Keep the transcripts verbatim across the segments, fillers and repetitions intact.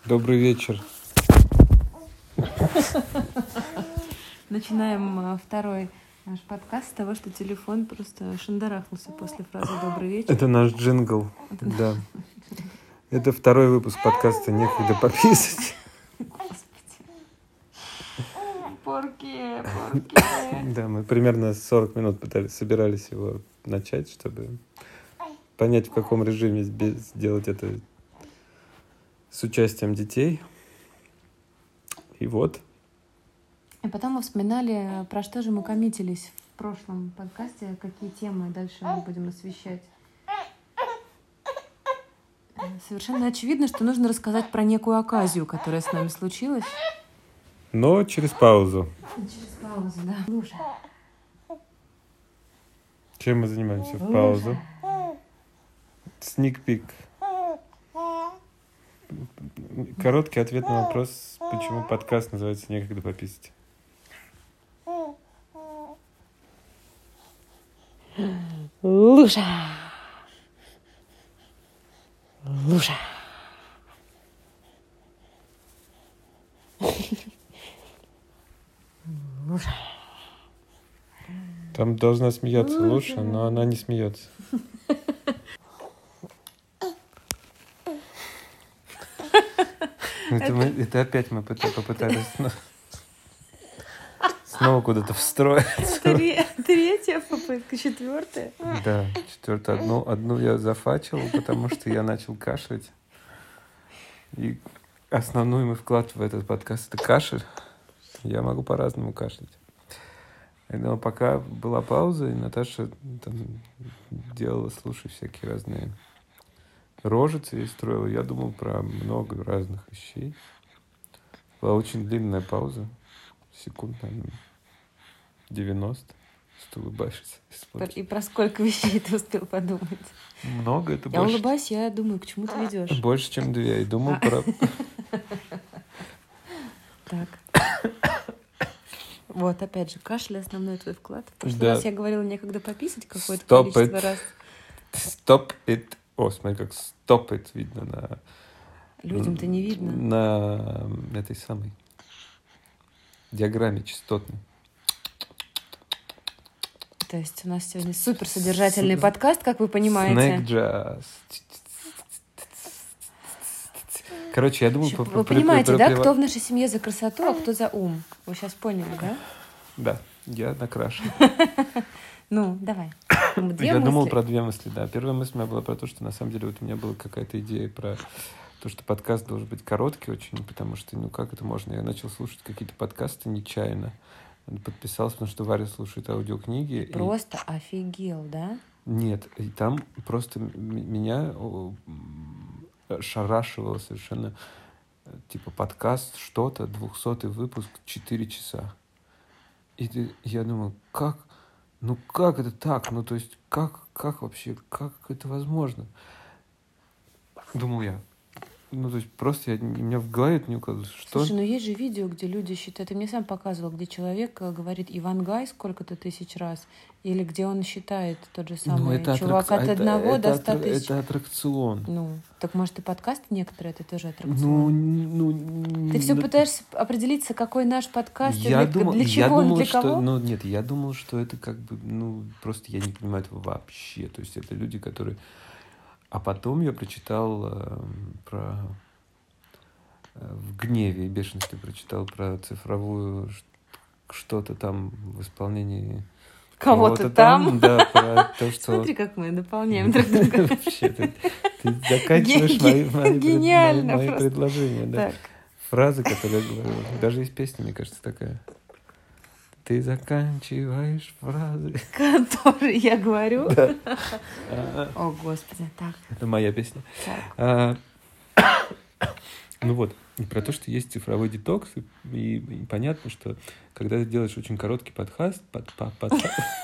Добрый вечер. Начинаем второй наш подкаст с того, что телефон просто шандарахнулся после фразы «добрый вечер». Это наш джингл. Это... Да. Это второй выпуск подкаста «Некогда пописать». Порки, порки. Да, мы примерно сорок минут пытались, собирались его начать, чтобы понять, в каком режиме сделать это с участием детей. И вот. И потом мы вспоминали, про что же мы коммитились в прошлом подкасте, какие темы дальше мы будем освещать. Совершенно очевидно, что нужно рассказать про некую оказию, которая с нами случилась. Но через паузу. Через паузу, да. Лужа. Чем мы занимаемся в паузу? Сник-пик. Короткий ответ на вопрос, почему подкаст называется «Некогда пописать». Лужа. Лужа. Лужа. Там должна смеяться Луша, но она не смеется. Это, мы, это опять мы попытались снова, снова куда-то встроиться. Третья попытка, четвертая. Да, четвертая. Одну, одну я зафачил, потому что я начал кашлять. И основной мой вклад в этот подкаст — это кашель. Я могу по-разному кашлять. Но пока была пауза, и Наташа там делала, слушай, всякие разные рожицы и строила. Я думал про много разных вещей. Была очень длинная пауза. Секунд, наверное, девяносто. Что ты улыбаешься? И про сколько вещей ты успел подумать? Много, это я больше. Я улыбаюсь, я думаю, к чему ты ведешь? Больше, чем две. И думал про... Так. Вот, опять же, кашель — основной твой вклад. В прошлый да. раз я говорила, некогда пописать какое-то Stop количество it. раз. Stop it. О, смотри, как stop it видно на... Людям-то не видно. На этой самой диаграмме частотной. То есть у нас сегодня суперсодержательный С... подкаст, как вы понимаете. Снэк джаз. Короче, я думаю... Вы по- понимаете, да, кто в нашей семье за красоту, а кто за ум? Вы сейчас поняли, да? Да, я накрашен. Ну, давай. Я думал про две мысли, да. Первая мысль у меня была про то, что на самом деле вот у меня была какая-то идея про то, что подкаст должен быть короткий очень, потому что, ну, как это можно? Я начал слушать какие-то подкасты нечаянно. Подписался, потому что Варя слушает аудиокниги. Просто и... офигел, да? Нет, и там просто меня шарашивало совершенно, типа, подкаст, что-то, двухсотый выпуск, четыре часа. И ты, я думаю, как, ну как это так? Ну, то есть, как, как вообще, как это возможно? Думал я. Ну, то есть, просто я, у меня в голове это не укладывается. Что? Слушай, ну есть же видео, где люди считают... Ты мне сам показывал, где человек говорит «Ивангай» сколько-то тысяч раз, или где он считает тот же самый ну, это чувак аттрак... от одного это, до ста это, тысяч. Это аттракцион. Ну, так может и подкасты некоторые, это тоже аттракцион. Ну, ну, Ты все ну, пытаешься определиться, какой наш подкаст, я для, думал, для чего я думал, он, для что, кого? Ну, нет, я думал, что это как бы, ну, просто я не понимаю этого вообще. То есть это люди, которые... А потом я прочитал э, про... В гневе и бешенстве прочитал про цифровую что-то там в исполнении кого-то, кого-то там. там. Да, про то, что... Смотри, как мы дополняем друг друга. Вообще, ты, ты заканчиваешь мои, мои, Гениально мои, мои предложения. Да. Фраза, которую я говорю. Даже есть песня, мне кажется, такая. Ты заканчиваешь фразы. Которые я говорю? Да. О, Господи, так. Это моя песня. Так. Ну вот, и про то, что есть цифровой детокс, и, и, и понятно, что когда ты делаешь очень короткий подкаст... Под, под, под,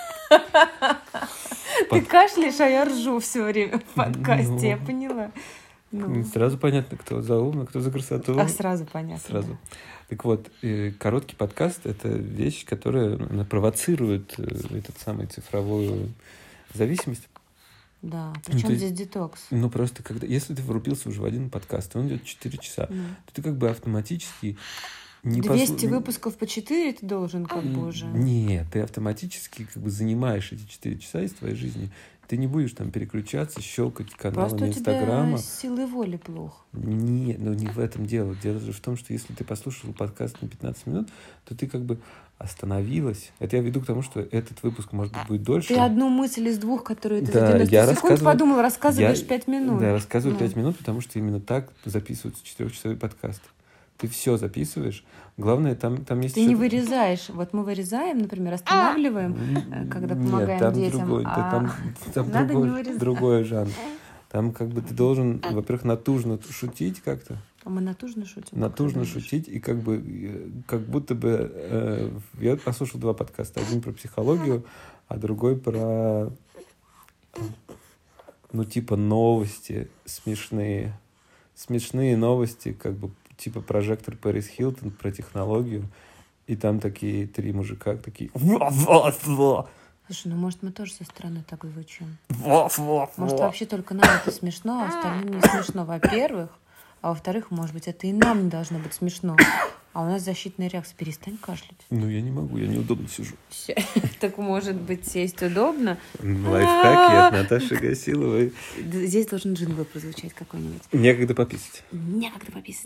ты кашляешь, а я ржу все время в подкасте, ну, я поняла. Ну. Сразу понятно, кто за ум, а кто за красоту. А сразу понятно. Сразу. Да. Так вот, короткий подкаст — это вещь, которая провоцирует этот самый цифровую зависимость. Да, Ну, причем ты- здесь детокс? Ну, просто, когда, если ты врубился уже в один подкаст, и он идет четыре часа, Ну. то ты как бы автоматически не двести послу- выпусков по четыре ты должен как бы уже. Нет, ты автоматически как бы занимаешь эти четыре часа из твоей жизни. Ты не будешь там переключаться, щелкать каналами Просто у Инстаграма. тебя с силой воли плохо. Не, ну не в этом дело. Дело же в том, что если ты послушал подкаст на пятнадцать минут, то ты как бы остановилась. Это я веду к тому, что этот выпуск, может быть, будет дольше. Ты одну мысль из двух, которые ты Да, за девяносто я секунд рассказываю- подумал, рассказываешь я- пять минут. Да, рассказываю Ну. пять минут, потому что именно так записываются четырехчасовые подкасты. Ты все записываешь. Главное, там, там есть Ты еще- не вырезаешь. Вот мы вырезаем, например, останавливаем, э, когда помогаем Нет, там детям. другой, да, а там, там надо не другой, вырезать. другой жанр. Там как бы ты должен, во-первых, натужно шутить как-то, А мы натужно шутим. натужно как ты думаешь? шутить, и как бы, э, как будто бы, э, я послушал два подкаста, один про психологию, а другой про, э, ну, типа новости смешные, смешные новости, как бы, типа прожектор Пэрис Хилтон про технологию, и там такие три мужика, такие, «Во-во-во! Слушай, ну может мы тоже со стороны так звучим? Во-во-во!» Может вообще только нам это смешно, а остальным не смешно, во-первых. А во-вторых, может быть, это и нам не должно быть смешно. А у нас защитная реакция. Перестань кашлять. Ну, я не могу, я неудобно сижу. Всё. Так может быть, сесть удобно. Лайфхаки от Наташи Гасиловой. Д- Здесь должен джингл прозвучать какой-нибудь. Некогда пописать. Некогда пописать.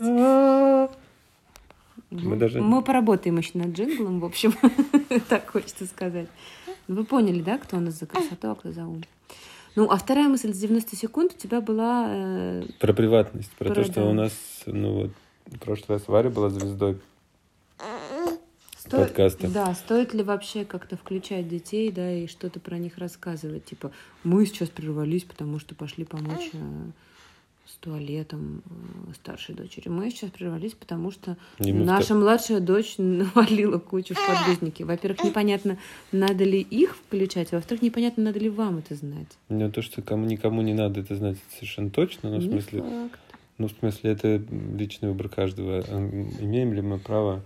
Мы даже- Мы поработаем еще над джинглом, в общем. Так хочется сказать. Ну, вы поняли, да, кто у нас за красоту, а кто за ум? Ну, а вторая мысль с девяносто секунд у тебя была... э, Про приватность, про, Про, то, что да. у нас, ну вот, в прошлый раз Варя была звездой сто- подкаста. Да, стоит ли вообще как-то включать детей, да, и что-то про них рассказывать? Типа, мы сейчас прервались, потому что пошли помочь э, с туалетом э, старшей дочери. Мы сейчас прервались, потому что Ему наша младшая дочь навалила кучу в подгузники. Во-первых, непонятно, надо ли их включать, а во-вторых, непонятно, надо ли вам это знать. Ну, то, что кому никому не надо это знать, это совершенно точно. Ну, в Не смысле, факт. ну, в смысле, это личный выбор каждого. А имеем ли мы право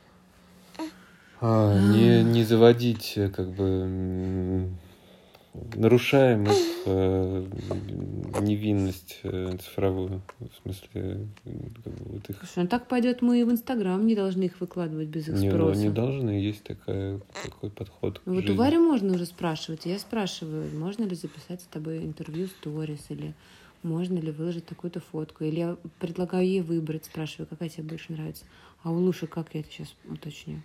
а, не, не заводить, э, как бы, м, нарушаем их э, невинность э, цифровую? В смысле, э, как бы, вот их... Слушай, ну так пойдет, мы и в Инстаграм не должны их выкладывать без их Не, ну, спроса. не должны, есть такая, такой подход к Ну, вот у жизни. Вари можно уже спрашивать. Я спрашиваю, можно ли записать с тобой интервью сторис, или можно ли выложить такую-то фотку. Или я предлагаю ей выбрать, спрашиваю, какая тебе больше нравится. А у Луши как, я это сейчас уточню.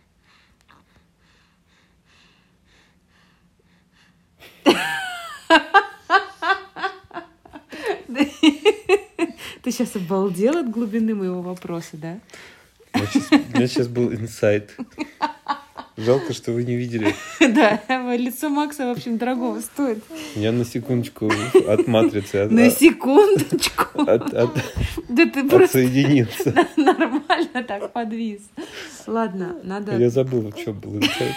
Ты сейчас обалдел от глубины моего вопроса, да? У меня сейчас, у меня сейчас был инсайт. Жалко, что вы не видели. Да, лицо Макса, в общем, дорогого стоит. Я на секундочку от матрицы от, На секундочку. от- от- Да ты просто отсоединился. нормально так подвис. Ладно, надо... Я забыл, в чем был инсайт.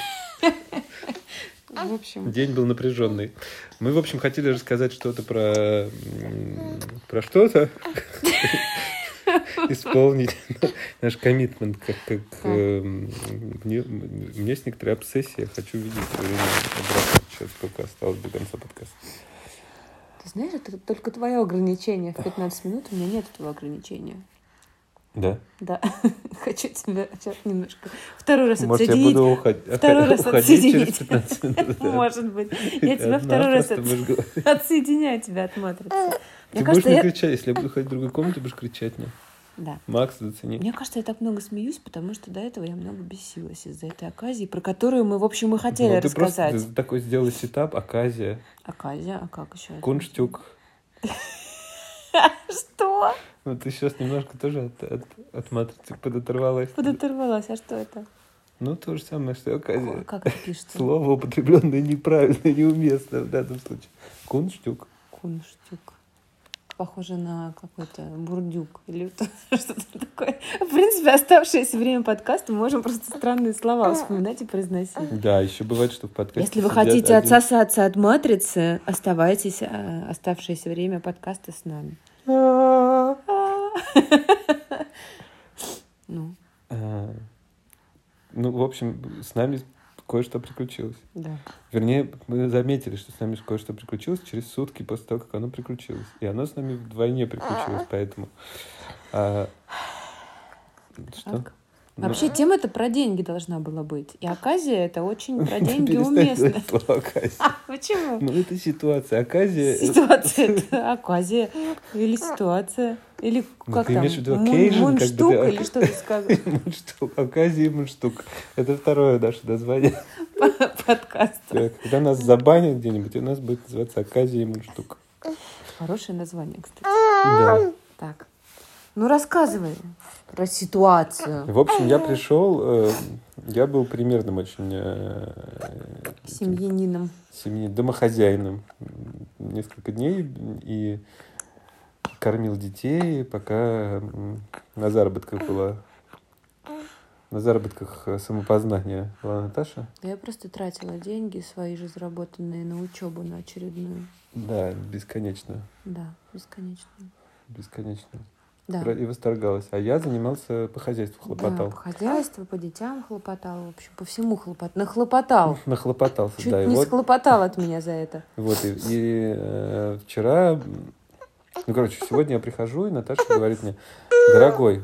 В общем, День был напряженный. Мы, в общем, хотели рассказать что-то про... м, про что-то. Исполнить наш коммитмент. Как, как, эм, мне, у меня есть некоторая обсессия. Я хочу видеть все время обратно. Сейчас сколько осталось до конца подкаста. ты знаешь, это только твое ограничение в пятнадцать минут. У меня нет этого ограничения. Да? Да, хочу тебя сейчас немножко второй раз Может, я отсоединить. буду уходить, Второй раз уходить через отсоединить. пятнадцать минут. да. Может быть. Я тебя Одна второй раз просто будешь говорить. от- отсоединяю тебя от матрицы. Ты Мне будешь кажется, мне я... кричать, если я буду ходить в другую комнату, будешь кричать мне. Да. Макс, зацени. Мне кажется, я так много смеюсь, потому что до этого я много бесилась из-за этой оказии, про которую мы, в общем, и хотели Ну, ты просто рассказать. ты такой сделала сетап, оказия, Оказия? А как еще? это? кунштюк. Что? Ну, ты сейчас немножко тоже от, от, от матрицы подоторвалась. Подоторвалась. А что это? Ну, то же самое, что и оказия. Как это пишется? Слово, употребленное неправильно, неуместно в данном случае. Кунштюк. Кунштюк. Похоже на какой-то бурдюк или что-то такое. В принципе, оставшееся время подкаста мы можем просто странные слова вспоминать и произносить. Да, еще бывает, что в подкасте Если вы сидят хотите один- отсосаться от матрицы, оставайтесь э, оставшееся время подкаста с нами. Ну, А, Ну, в общем, с нами кое-что приключилось. Да. Вернее, мы заметили, что с нами кое-что приключилось через сутки после того, как оно приключилось. И оно с нами вдвойне приключилось, поэтому... А... Что? Так. Вообще, тема-то про деньги должна была быть. И оказия это очень про деньги уместно. Почему? Ну, это ситуация. Оказия... Ситуация — это оказия. Или ситуация. Или как там? Мундштук или что ты сказал? Мундштук. Оказия и мундштук. Это второе наше название. Подкаста. Когда нас забанят где-нибудь, у нас будет называться оказия и мундштук. Хорошее название, кстати. Да. Так. Ну, рассказывай про ситуацию. В общем, я пришел, я был примерным очень... Семьянином. Семьи, домохозяином. Несколько дней и кормил детей, пока на заработках была... На заработках самопознания была Наташа. Я просто тратила деньги свои же заработанные на учебу, на очередную. Да, бесконечно. Да, бесконечно. Бесконечно. Да. И восторгалась. А я занимался по хозяйству, хлопотал. Да, по хозяйству, по детям хлопотал. В общем, по всему хлопотал. Нахлопотал. Нахлопотался, Чуть да. не вот... схлопотал от меня за это. Вот, и, и э, вчера... Ну, короче, сегодня я прихожу, и Наташа говорит мне: дорогой,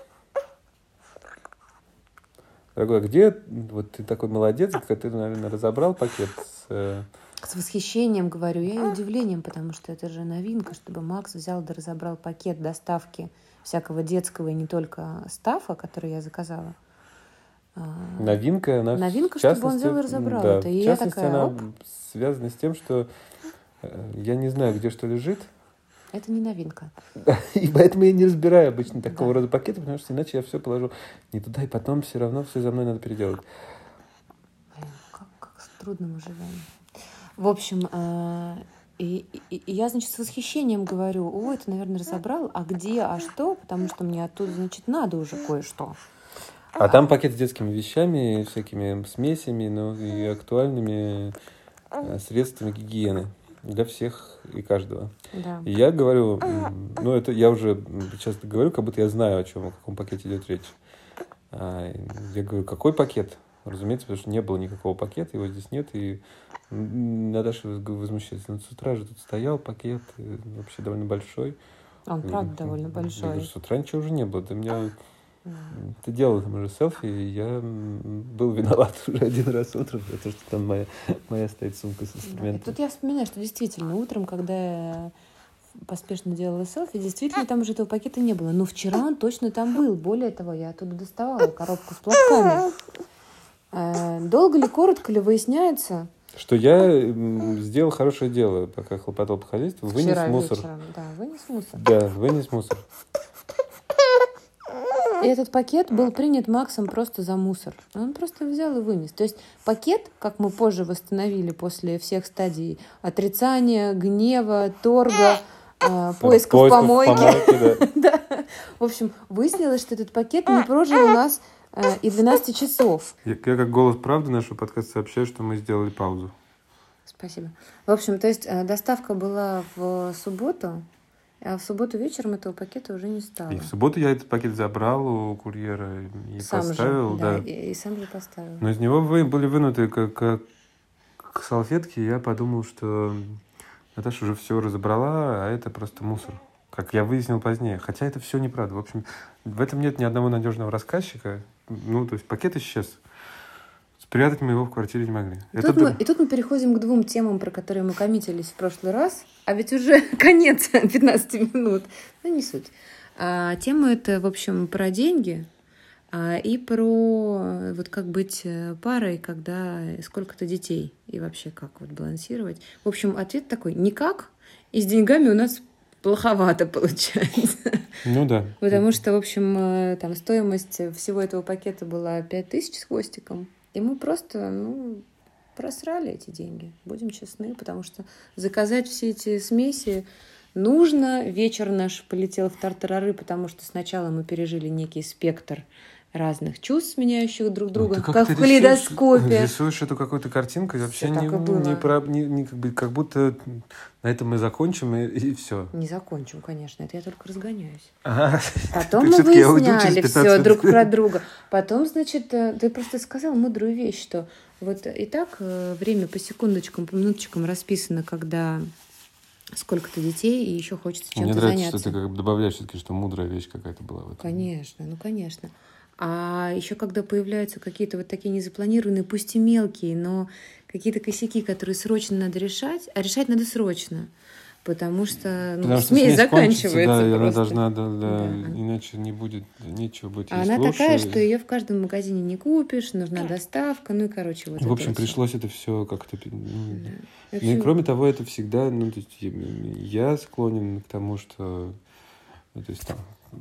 дорогой, где... Вот ты такой молодец, как ты, наверное, разобрал пакет с... Э... С восхищением говорю я и удивлением, потому что это же новинка, чтобы Макс взял да разобрал пакет доставки всякого детского и не только стафа, который я заказала. Новинка, она Новинка, чтобы он взял и разобрал да, это. И в я частности, такая, она оп. связана с тем, что я не знаю, где что лежит. Это не новинка. И поэтому я не разбираю обычно такого Да. рода пакеты, потому что иначе я все положу не туда, и потом все равно все за мной надо переделать. Блин, как, как трудно мы живем. В общем, э, и, и, и я, значит, с восхищением говорю: о, это, наверное, разобрал, а где, а что? Потому что мне оттуда, значит, надо уже кое-что. А там пакет с детскими вещами, всякими смесями, ну и актуальными э, средствами гигиены для всех и каждого. Да. И я говорю, ну это я уже часто говорю, как будто я знаю, о чем, о каком пакете идет речь. А, я говорю, какой пакет? Разумеется, потому что не было никакого пакета, его здесь нет. И Наташа возмущается: ну, с утра же тут стоял пакет, вообще довольно большой. Он, правда, я, довольно я большой. говорю, с утра ничего уже не было. Ты, меня... Ты делала там уже селфи, и я был виноват уже один раз утром, потому что там моя, моя стоит сумка с инструментами. Да. И тут я вспоминаю, что действительно утром, когда я поспешно делала селфи, действительно там уже этого пакета не было. Но вчера он точно там был. Более того, я оттуда доставала коробку с платками. Долго ли, коротко ли выясняется, что я сделал хорошее дело, пока хлопотал по хозяйству, вынес вчера мусор. Вечером, да, вынес мусор. Да, вынес мусор. И этот пакет был принят Максом просто за мусор. Он просто взял и вынес. То есть пакет, как мы позже восстановили после всех стадий отрицания, гнева, торга, э, поисков, поисков помойки. помойки да. Да. В общем, выяснилось, что этот пакет не прожил у нас э, и двенадцати часов. Я, я как голос правды нашего подкаста сообщаю, что мы сделали паузу. Спасибо. В общем, то есть э, доставка была в субботу, а в субботу вечером этого пакета уже не стало. И в субботу я этот пакет забрал у курьера и сам поставил. Же, да, да. И, и сам же поставил. Но из него вы, были вынуты как, как салфетки, и я подумал, что Наташа уже все разобрала, а это просто мусор. Как я выяснил позднее. Хотя это все неправда. В общем, в этом нет ни одного надежного рассказчика. Ну, то есть пакет исчез. Спрятать мы его в квартире не могли. И, это тут мы, и тут мы переходим к двум темам, про которые мы коммитились в прошлый раз. А ведь уже конец пятнадцати минут. Ну, не суть. А, тема это, в общем, про деньги а, и про вот как быть парой, когда сколько-то детей. И вообще как вот балансировать. В общем, ответ такой: никак. И с деньгами у нас плоховато получается. Ну да. Потому что, в общем, там стоимость всего этого пакета была пять тысяч с хвостиком. И мы просто, ну, просрали эти деньги, будем честны, потому что заказать все эти смеси нужно. Вечер наш полетел в тартарары, потому что сначала мы пережили некий спектр разных чувств, меняющих друг друга, Ну, ты как как-то в калейдоскопе. Рисуешь, рисуешь эту какую-то картинку, и вообще Всё не, так и было. не, про- не- не как, бы, как будто на этом мы закончим, и, и все. Не закончим, конечно, это я только разгоняюсь. Ага. Потом Так мы всё-таки я уйду выясняли через все пятнадцать друг минут. про друга. Потом, значит, э, ты просто сказал мудрую вещь, что вот и так э, время по секундочкам, по минуточкам расписано, когда сколько-то детей, и еще хочется Мне чем-то нравится, заняться. что ты как бы добавляешь все-таки, что мудрая вещь какая-то была в этом. Конечно, ну конечно. А еще когда появляются какие-то вот такие незапланированные, пусть и мелкие, но какие-то косяки, которые срочно надо решать, а решать надо срочно, потому что, ну, Потому что смесь смесь кончится, заканчивается да, и она просто. должна, да, да, Да. иначе не будет нечего быть. А есть она ложь, такая, и- что ее в каждом магазине не купишь, нужна доставка, ну и короче вот В это общем, вот всё. пришлось это все как-то... ну, Да. В Ну и общем, кроме того, это всегда, ну, то есть я я склонен к тому, что, ну, то есть там,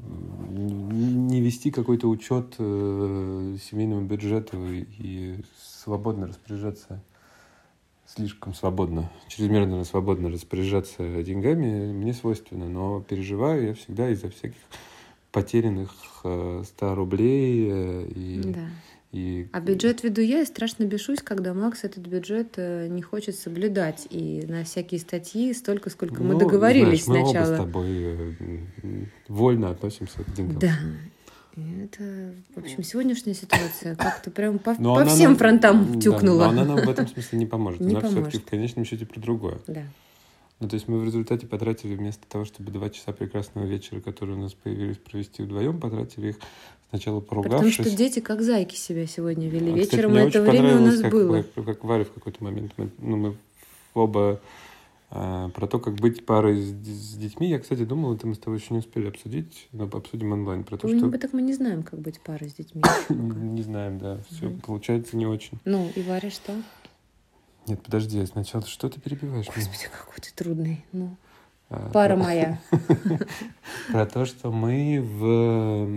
м, не вести какой-то учет э, семейному бюджету и, и свободно распоряжаться, слишком свободно, чрезмерно свободно распоряжаться деньгами мне свойственно, но переживаю я всегда из-за всяких потерянных э, ста рублей э, и, да. и А бюджет веду я, и страшно бешусь, когда Макс этот бюджет э, не хочет соблюдать. И на всякие статьи столько, сколько мы Ну, договорились знаешь, мы оба сначала. с тобой э, м, вольно относимся к деньгам. Да. И это, в общем, сегодняшняя ситуация как-то прям по, Но по она всем нам- фронтам да, тюкнула. но она нам в этом смысле не поможет. Не Она все-таки поможет. в конечном счете про другое. Да. Ну, то есть мы в результате потратили вместо того, чтобы два часа прекрасного вечера, которые у нас появились, провести вдвоем, потратили их сначала Потому поругавшись. что дети как зайки себя сегодня вели. А, кстати, Вечером мне это очень время у понравилось, нас как, было. Как, как Варя в какой-то момент, мы, ну, мы оба а, про то, как быть парой с, с детьми. Я, кстати, думал, это мы с тобой еще не успели обсудить, но обсудим онлайн. Про то, Ой, что мы так мы не знаем, как быть парой с детьми. не, не знаем, да, все Мгм. получается не очень. Ну, и Варя что? Нет, подожди, сначала что ты перебиваешь меня? Господи, какой ты трудный. Ну, А, пара про- моя. Про то, что мы в...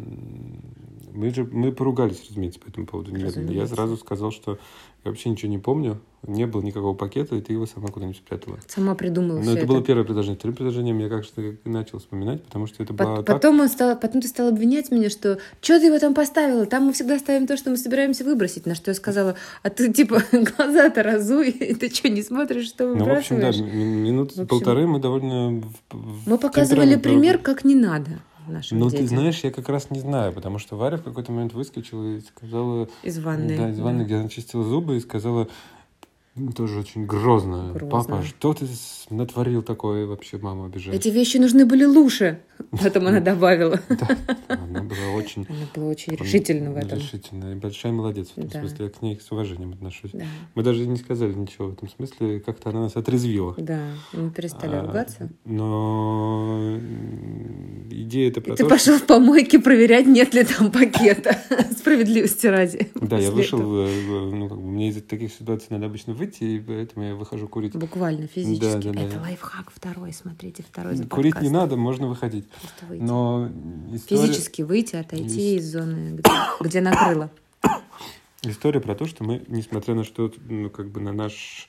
Мы же мы поругались, разумеется, по этому поводу немедленно. Я Разумеется. сразу сказал, что я вообще ничего не помню, не было никакого пакета, и ты его сама куда-нибудь спрятала. Сама придумала Но все это это. было первое предложение. Второе предложение я как-то как и начал вспоминать, потому что это было Пот- так... Потом, он стал, потом ты стал обвинять меня, что что ты его там поставила? Там мы всегда ставим то, что мы собираемся выбросить. На что я сказала, а ты типа глаза-то разуй, и ты что, не смотришь, что Ну, в общем, да, выбрасываешь? ми- минут В общем, полторы мы довольно... в- в Мы показывали темперамент пример, друг- как не надо нашим Ну, детям. ты знаешь, я как раз не знаю, потому что Варя в какой-то момент выскочила и сказала... Из ванной. Да, из ванной, где она чистила зубы, и сказала м, тоже очень грозно. Грозно. Папа, что ты с- натворил такое вообще, мама обижает. Эти вещи нужны были лучше. Потом она добавила. Да, она была очень... Она была очень решительна в этом. Решительно. И большая молодец в этом Да. смысле. Я к ней с уважением отношусь. Да, Мы даже не сказали ничего в этом смысле. Как-то она нас отрезвила. да. И мы перестали А, ругаться. Но м, идея это И про ты то, пошел в помойке проверять, нет ли там пакета. Справедливости ради. Да, я После вышел, этого. э, в- ну, как бы, мне из таких ситуаций надо обычно выйти, и поэтому я выхожу курить. Буквально, физически. Да, да, да. Это лайфхак второй, смотрите, второй за Курить не подкаст. надо, можно выходить. Просто выйти. Но история, Физически выйти, отойти Есть. из зоны, где, где накрыло. история про то, что мы, несмотря на что, ну, как бы на наш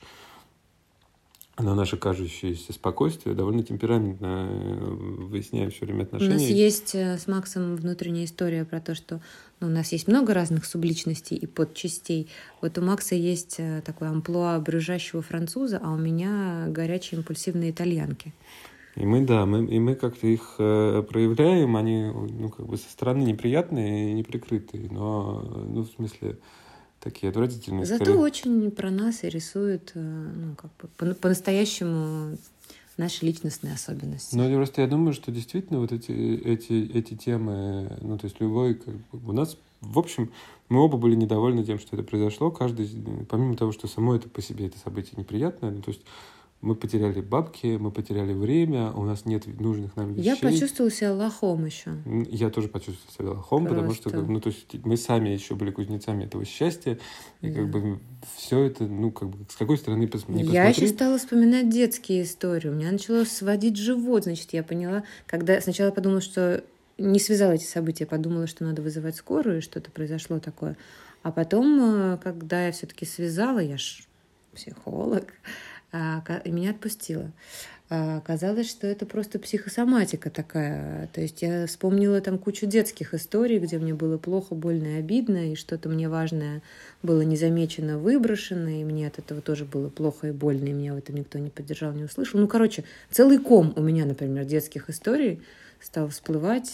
на наше кажущееся спокойствие, довольно темпераментно э, выясняем все время У отношения. нас есть э, с Максом внутренняя история про то, что ну, у нас есть много разных субличностей и подчастей. Вот у Макса есть э, такое амплуа брюзжащего француза, а у меня горячие импульсивные итальянки. И мы, да, мы, и мы как-то их э, проявляем, они, ну, как бы со стороны неприятные и неприкрытые, но, ну, в смысле, такие отвратительные. Зато скорее. очень про нас и рисуют э, ну, как бы по- по-настоящему наши личностные особенности. Ну, просто я думаю, что действительно вот эти, эти, эти темы, ну, то есть любой, как бы, у нас, в общем, мы оба были недовольны тем, что это произошло. Каждый, помимо того, что само это по себе, это событие неприятное, ну, то есть мы потеряли бабки, мы потеряли время, у нас нет нужных нам вещей. Я почувствовала себя лохом еще. Я тоже почувствовал себя лохом, потому что, Просто. как, ну, то есть мы сами еще были кузнецами этого счастья, и Да. как бы все это, ну, как бы, с какой стороны пос- не Я еще посмотри. стала вспоминать детские истории. У меня начало сводить живот. Значит, я поняла, когда сначала я подумала, что не связала эти события, подумала, что надо вызывать скорую, и что-то произошло такое. А потом, э, когда я все-таки связала, я ж психолог, а, ка- и меня отпустила. А оказалось, что это просто психосоматика такая. То есть я вспомнила там кучу детских историй, где мне было плохо, больно и обидно, и что-то мне важное было незамечено, выброшено, и мне от этого тоже было плохо и больно, и меня в этом никто не поддержал, не услышал. Ну, короче, целый ком у меня, например, детских историй стал всплывать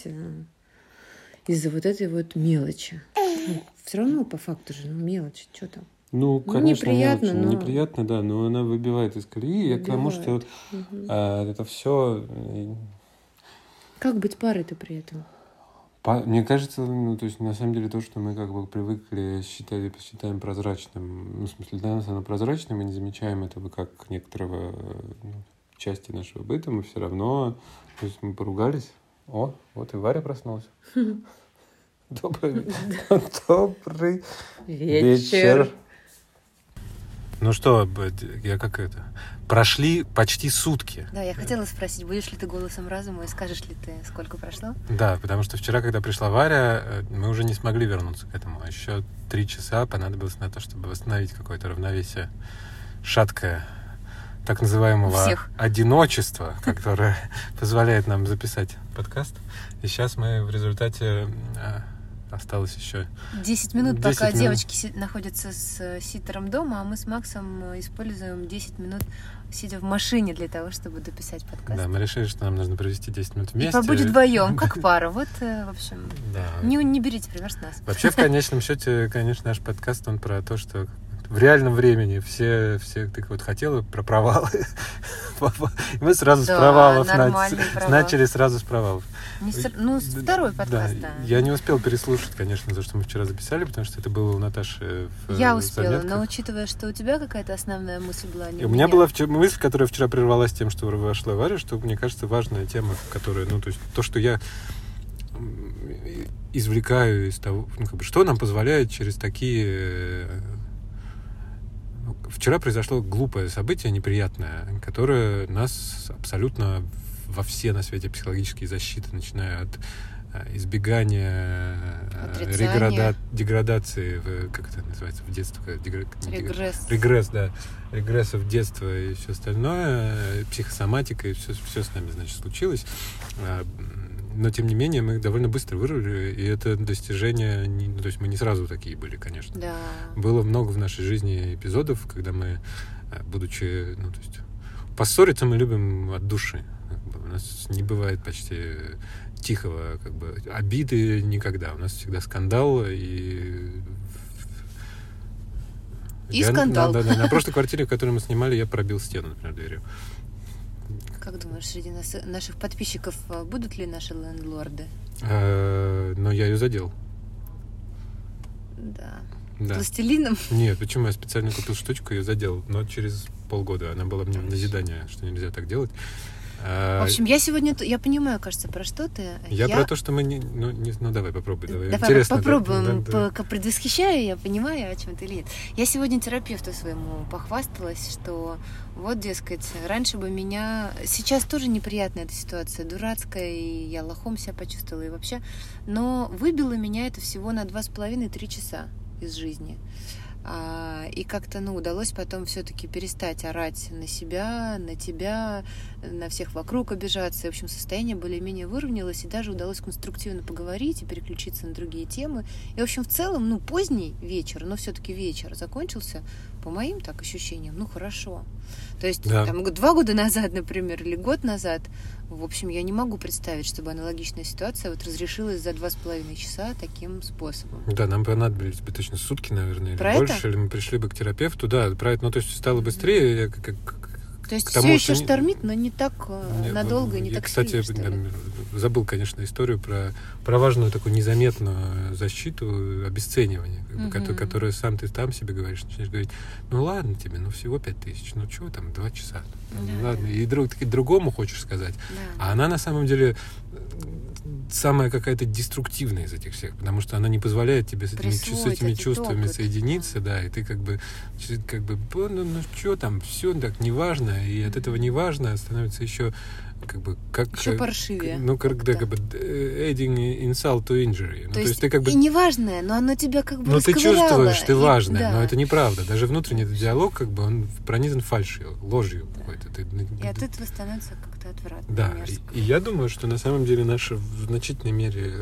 из-за вот этой вот мелочи. Ну, все равно, по факту же, ну, мелочь, что там. Ну, конечно, ну, неприятно, мелочь, но... неприятно, да, но она выбивает из колеи. Я к тому, что угу. а, это все... Как быть парой-то при этом? По... Мне кажется, ну, то есть, на самом деле, то, что мы как бы привыкли считать, считаем прозрачным, ну, в смысле, для нас оно прозрачное, мы не замечаем этого как некоторого ну, части нашего быта, мы все равно, то есть, мы поругались. О, вот и Варя проснулась. Добрый добрый вечер. Ну что, я как это... Прошли почти сутки. Да, я хотела спросить, будешь ли ты голосом разума и скажешь ли ты, сколько прошло? Да, потому что вчера, когда пришла Варя, мы уже не смогли вернуться к этому. Еще три часа понадобилось на то, чтобы восстановить какое-то равновесие шаткое, так называемого одиночества, которое позволяет нам записать подкаст. И сейчас мы в результате... Осталось еще... десять минут, десять пока минут. Девочки находятся с ситером дома, а мы с Максом используем десять минут, сидя в машине для того, чтобы дописать подкаст. Да, мы решили, что нам нужно провести десять минут вместе. И побудет вдвоем, как пара. Вот, в общем, да. не, не берите пример с нас. Вообще, в конечном счете, конечно, наш подкаст, он про то, что в реальном времени все, все ты вот хотела про провалы. Мы сразу да, с провалов нач... начали сразу с провалов. Не с... Ну, второй подкаст, да. да. Я не успел переслушать, конечно, то, что мы вчера записали, потому что это было у Наташи в Я успела, заметках. Но учитывая, что у тебя какая-то основная мысль была... Не у меня была вчера, мысль, которая вчера прервалась тем, что вошла Варя, что, мне кажется, важная тема, которая, ну, то есть то, что я извлекаю из того, ну, как бы, что нам позволяет через такие... Вчера произошло глупое событие, неприятное, которое нас абсолютно во все на свете психологические защиты, начиная от избегания реграда... деградации, в, как это называется, в детстве? Дегр... Регресс. Регресс, да. Регресса в детство и все остальное, психосоматика, и все, все с нами, значит, случилось. Но, тем не менее, мы довольно быстро вырвали, и это достижение... Не, ну, то есть мы не сразу такие были, конечно. Да. Было много в нашей жизни эпизодов, когда мы, будучи... Ну, то есть поссориться мы любим от души. У нас не бывает почти тихого, как бы, обиды никогда. У нас всегда скандал, и... И я, скандал. На, на, на, на прошлой квартире, в которой мы снимали, я пробил стену, например, дверью. Как думаешь, среди нас, наших подписчиков будут ли наши лендлорды? А, но я ее задел. Да. да. Пластилином? Нет, почему? Я специально купил штучку и задел. Но через полгода она была мне назидание, что нельзя так делать. В общем, я сегодня... Я понимаю, кажется, про что ты. Я, я... про то, что мы не... Ну, не... ну давай, попробуй. Давай, давай интересно, попробуем. Да, да, да. Предвосхищаю, я понимаю, о чем ты лет. Я сегодня терапевту своему похвасталась, что вот, дескать, раньше бы меня... Сейчас тоже неприятная эта ситуация, дурацкая, и я лохом себя почувствовала, и вообще... Но выбило меня это всего на два с половиной - три часа из жизни. И как-то, ну, удалось потом все-таки перестать орать на себя, на тебя, на всех вокруг обижаться. И, в общем, состояние более-менее выровнялось, и даже удалось конструктивно поговорить и переключиться на другие темы. И, в общем, в целом, ну, поздний вечер, но все-таки вечер закончился, по моим так ощущениям, ну, хорошо. То есть, да. там, два года назад, например, или год назад, в общем, я не могу представить, чтобы аналогичная ситуация вот разрешилась за два с половиной часа таким способом. Да, нам понадобились бы точно сутки, наверное, или про больше, это? или мы пришли бы к терапевту, да, про это, ну, то есть стало быстрее, я, как, то есть к тому, все еще что... штормит, но не так не, надолго, не я, так кстати, сильно, я, забыл, конечно, историю про, про важную такую незаметную защиту, обесценивание, как бы, uh-huh. которое сам ты там себе говоришь, начинаешь говорить, ну ладно тебе, ну всего пять тысяч, ну чего там, два часа, ну, да, ладно, да. и друг, ты другому хочешь сказать, да. а она на самом деле самая какая-то деструктивная из этих всех, потому что она не позволяет тебе с этими, с этими чувствами опыт. соединиться, да, и ты как бы, как бы, ну, ну что там, все так неважно, неважно, и от этого неважно становится еще как бы как... Еще паршивее. Ну, когда как бы adding insult to injury. То, ну, то есть, есть ты как бы... и неважное, но оно тебя как бы Ну, ты чувствуешь, ты и... важное, да. но это неправда. Даже внутренний этот диалог, как бы, он пронизан фальшью, ложью да. какой-то. Ты... И от этого становится как-то отвратно. Да, и, и я думаю, что на самом деле наше в значительной мере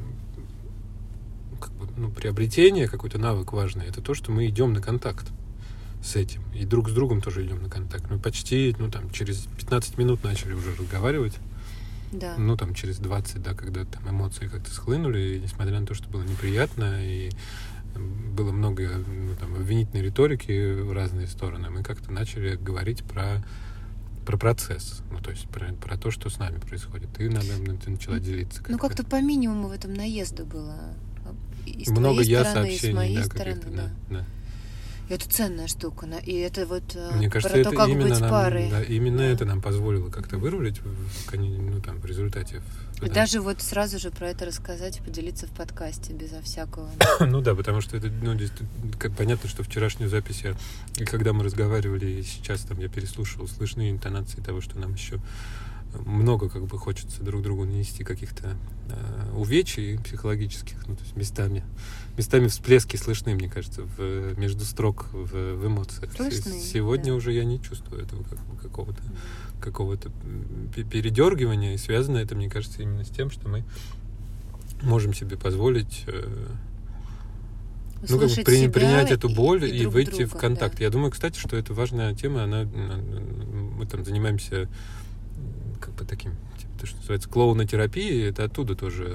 как бы, ну, приобретение, какой-то навык важный, это то, что мы идем на контакт с этим. И друг с другом тоже идем на контакт. Мы почти, ну, там, через пятнадцать минут начали уже разговаривать. Да. Ну, там, через двадцать, да, когда там эмоции как-то схлынули, и несмотря на то, что было неприятно, и было много, ну, там, обвинительной риторики в разные стороны, мы как-то начали говорить про, про процесс, ну, то есть про, про то, что с нами происходит. И надо, ты начала делиться. Как-то. Ну, как-то по минимуму в этом наезду было. И с много твоей я стороны, сообщений, и с моей да, стороны, да, да. да. Это ценная штука. И это вот Мне кажется, про это то, как именно быть нам, парой. Да, именно да. это нам позволило как-то вырулить в, ну, там, в результате. И даже вот сразу же про это рассказать, поделиться в подкасте безо всякого. Ну да, потому что это, ну, здесь, как, понятно, что вчерашнюю запись я, и когда мы разговаривали, и сейчас там я переслушивал, слышны интонации того, что нам еще много как бы хочется друг другу нанести каких-то э, увечий психологических, ну, то есть местами, местами всплески слышны, мне кажется, в, между строк в, в эмоциях. Слышны, Сегодня да. уже я не чувствую этого как бы, какого-то, mm-hmm. какого-то передергивания, и связано это, мне кажется, именно с тем, что мы можем себе позволить э, ну, как бы при, принять эту боль и, и выйти друга, в контакт. Да. Я думаю, кстати, что это важная тема, она, мы там занимаемся как бы таким, типа, то, что называется клоунотерапией, это оттуда тоже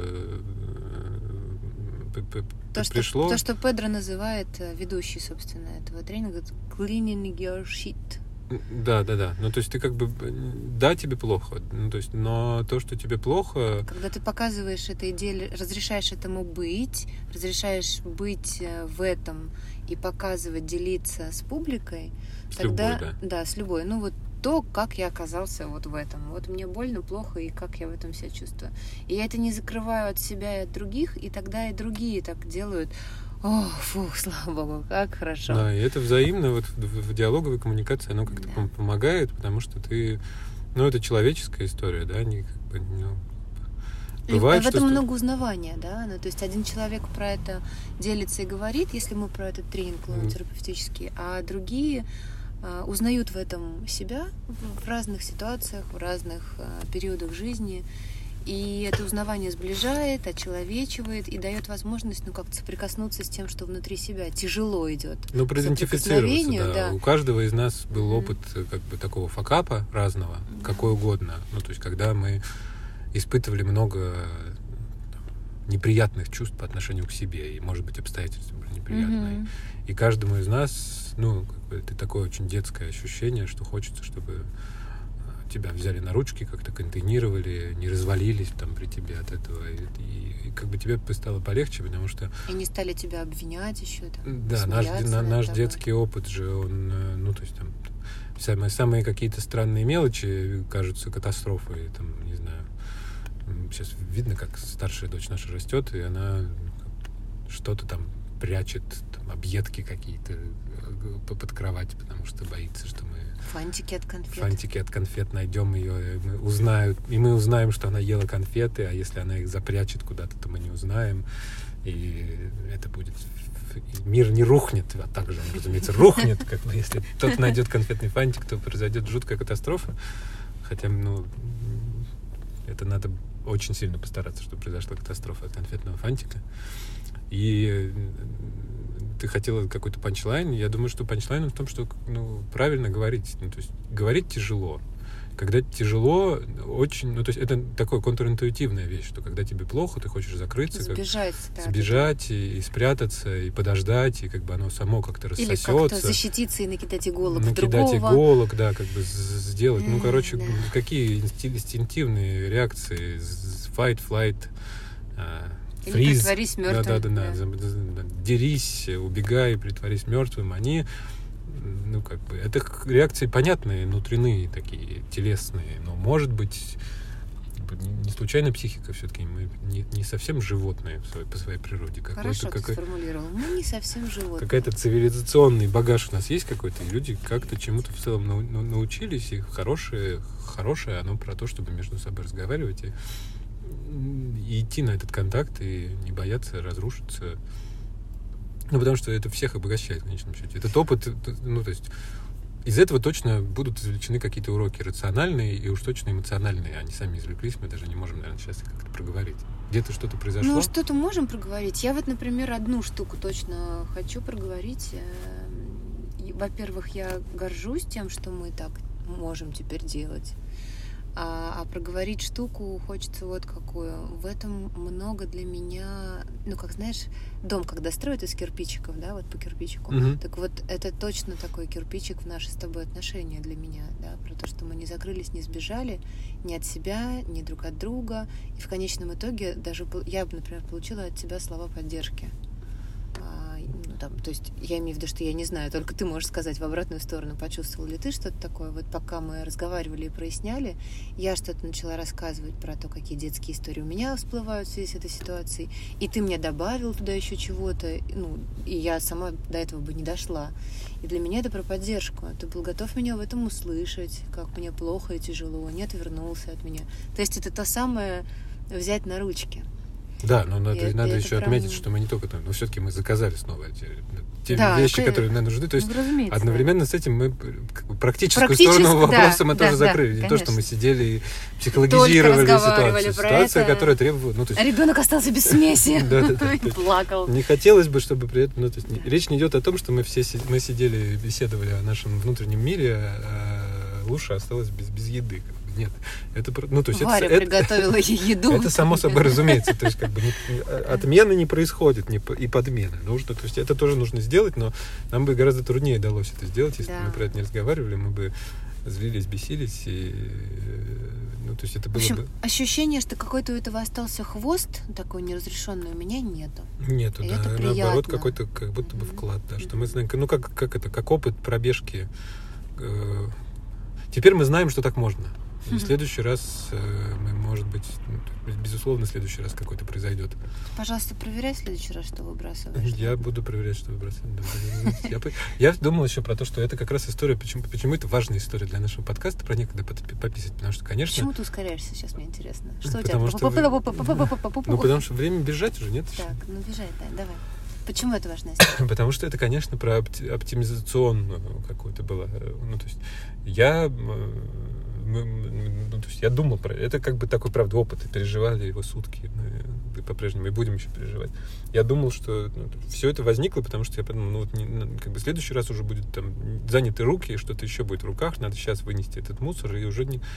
э, то, пришло. Что, то, что Педро называет, ведущий, собственно, этого тренинга, cleaning your shit. Да, да, да. Ну, то есть ты как бы, да, тебе плохо, ну, то есть, но то, что тебе плохо... Когда ты показываешь этой идее, разрешаешь этому быть, разрешаешь быть в этом и показывать, делиться с публикой, с тогда... любой, да. Да, с любой. Ну, вот то, как я оказался вот в этом. Вот мне больно, плохо, и как я в этом себя чувствую. И я это не закрываю от себя и от других, и тогда и другие так делают. О, фух, слава богу, как хорошо. Да, и это взаимно, вот в, в диалоговой коммуникации оно как-то да. помогает, потому что ты... Ну, это человеческая история, да, не как бы... Ну, бывает, и в этом что... много узнавания, да, ну, то есть один человек про это делится и говорит, если мы про этот тренинг терапевтический, mm. а другие а, узнают в этом себя в, в разных ситуациях, в разных а, периодах жизни. И это узнавание сближает, очеловечивает и дает возможность, ну, как-то соприкоснуться с тем, что внутри себя тяжело идет. Ну, проидентифицироваться, да. да. У каждого из нас был опыт как бы такого факапа разного, mm-hmm. какой угодно. Ну, то есть, когда мы испытывали много там, неприятных чувств по отношению к себе, и, может быть, обстоятельства были неприятные. Mm-hmm. И каждому из нас, ну, как бы, это такое очень детское ощущение, что хочется, чтобы тебя взяли на ручки, как-то контейнировали, не развалились там при тебе от этого. И, и, и как бы тебе стало полегче, потому что... И не стали тебя обвинять еще там. Да, наш, на, наш детский опыт же, он, ну, то есть там самые, самые какие-то странные мелочи кажутся катастрофой, там, не знаю. Сейчас видно, как старшая дочь наша растет, и она что-то там прячет, там, объедки какие-то под кровать, потому что боится, что мы Фантики от конфет. Фантики от конфет найдем ее, и мы узнаем, и мы узнаем, что она ела конфеты, а если она их запрячет куда-то, то мы не узнаем. И это будет... Мир не рухнет, а также, разумеется, рухнет, как бы, если кто-то найдет конфетный фантик, то произойдет жуткая катастрофа. Хотя, ну, это надо очень сильно постараться, чтобы произошла катастрофа от конфетного фантика. И ты хотела какой-то панчлайн. Я думаю, что панчлайн в том, что, ну, правильно говорить. Ну, то есть говорить тяжело. Когда тяжело, очень... Ну, то есть это такая контринтуитивная вещь, что когда тебе плохо, ты хочешь закрыться. Сбежать. Как, да, сбежать и, и спрятаться, и подождать, и как бы оно само как-то рассосется. Или как-то защититься и накидать иголок накидать другого. Накидать иголок, да, как бы сделать. Mm, ну, короче, да. какие инстинктивные реакции. Fight, flight... Или притворись мертвым. Да, да, да, да. Дерись, убегай, притворись мертвым. Они, ну, как бы, это реакции понятные, внутренние такие, телесные. Но, может быть, не случайно психика все-таки, мы не, не совсем животные по своей природе. Хорошо ты какой... сформулировал. Мы не совсем животные. Какой-то цивилизационный багаж у нас есть какой-то, и люди как-то чему-то в целом нау- научились, и хорошее, хорошее оно про то, чтобы между собой разговаривать и, и идти на этот контакт, и не бояться разрушиться. Ну, потому что это всех обогащает в конечном счете. Этот опыт, ну, то есть из этого точно будут извлечены какие-то уроки рациональные и уж точно эмоциональные. Они сами извлеклись, мы даже не можем, наверное, сейчас как-то проговорить. Где-то что-то произошло? Ну, что-то можем проговорить. Я вот, например, одну штуку точно хочу проговорить. Во-первых, я горжусь тем, что мы так можем теперь делать. А, а проговорить штуку хочется вот какую. В этом много для меня, ну, как знаешь, дом, когда строят из кирпичиков, да, вот по кирпичику, угу. так вот это точно такой кирпичик в наши с тобой отношения для меня, да, про то, что мы не закрылись, не сбежали ни от себя, ни друг от друга, и в конечном итоге даже я, например, получила от тебя слова поддержки. Ну, там, то есть я имею в виду, что я не знаю, только ты можешь сказать в обратную сторону, почувствовал ли ты что-то такое. Вот пока мы разговаривали и проясняли, я что-то начала рассказывать про то, какие детские истории у меня всплывают в связи с этой ситуацией, и ты мне добавил туда еще чего-то, ну, и я сама до этого бы не дошла. И для меня это про поддержку. Ты был готов меня в этом услышать, как мне плохо и тяжело, не отвернулся от меня. То есть это то самое взять на ручки. Да, но надо, это, надо это еще прям... отметить, что мы не только там, но все-таки мы заказали снова эти, те да, вещи, это... которые нам нужны. То есть ну, одновременно с этим мы как бы, практическую Практически, сторону вопроса да, мы да, тоже да, закрыли. Не конечно. то, что мы сидели и психологизировали ситуацию. Ситуация, это. которая требовала... Ну, то есть... Ребенок остался без смеси. И плакал. Не хотелось бы, чтобы при этом... Ну, то есть, речь не идет о том, что мы все мы сидели и беседовали о нашем внутреннем мире, а Луша осталась без, без еды. Нет, это, ну, то есть Варя это, приготовила ей еду. Это само собой разумеется, то есть как бы не, отмены не происходит, не, и подмены нужно, то есть это тоже нужно сделать, но нам бы гораздо труднее удалось это сделать, если да. бы мы про это не разговаривали, мы бы злились, бесились, и, ну, то есть это было в общем, бы... ощущение, что какой-то у этого остался хвост такой неразрешенный, у меня нету. Нету, и да, это наоборот, приятно. какой-то как будто бы Mm-hmm. вклад, да, что mm-hmm. мы знаем, ну как, как это, как опыт пробежки, э, теперь мы знаем, что так можно. И в следующий раз э, мы, может быть, ну, безусловно, в следующий раз какой-то произойдет. Пожалуйста, проверяй в следующий раз, что выбрасываешь. Я буду проверять, что выбрасывать. Да. Я, я думал еще про то, что это как раз история, почему, почему это важная история для нашего подкаста, про некогда пописать, потому что, конечно... Почему ты ускоряешься сейчас, мне интересно? Что у потому тебя? Что... Ну, потому что время бежать уже, нет? Так, ну бежать, да, давай. Почему это важная история? Потому что это, конечно, про оптимизационную какую-то была. Ну, то есть я... Ну, то есть я думал про это. Это как бы такой, правда, опыт. И переживали его сутки. Мы по-прежнему и будем еще переживать. Я думал, что ну, все это возникло, потому что я подумал, ну вот не, как бы в следующий раз уже будет там заняты руки, что-то еще будет в руках. Надо сейчас вынести этот мусор. И уже не...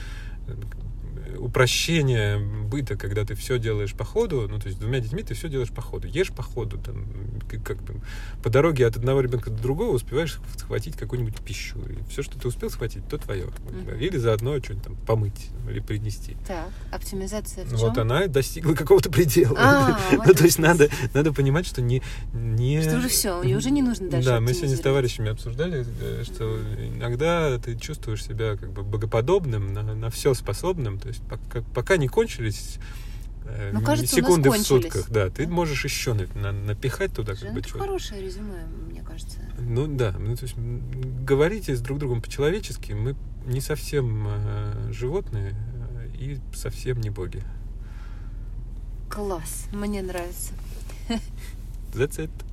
упрощение быта, когда ты все делаешь по ходу, ну, то есть с двумя детьми ты все делаешь по ходу. Ешь по ходу, там, как бы по дороге от одного ребенка до другого успеваешь схватить какую-нибудь пищу. И все, что ты успел схватить, то твое. Mm-hmm. Или заодно что-нибудь там помыть или принести. Так, оптимизация в чем? Вот она достигла какого-то предела. А, ну, то есть надо, надо понимать, что не... не... Что уже все, уже не нужно дальше Да, мы сегодня с товарищами обсуждали, что иногда ты чувствуешь себя как бы богоподобным, на, на все способным, то есть пока, пока не кончились э, ну, кажется, секунды в сутках, да, ты можешь еще на, на, напихать туда как ну, бы это что-то. Хорошее резюме, мне кажется. Ну да, ну, то есть говорите с друг другом по-человечески, мы не совсем э, животные и совсем не боги. Класс, мне нравится. That's it.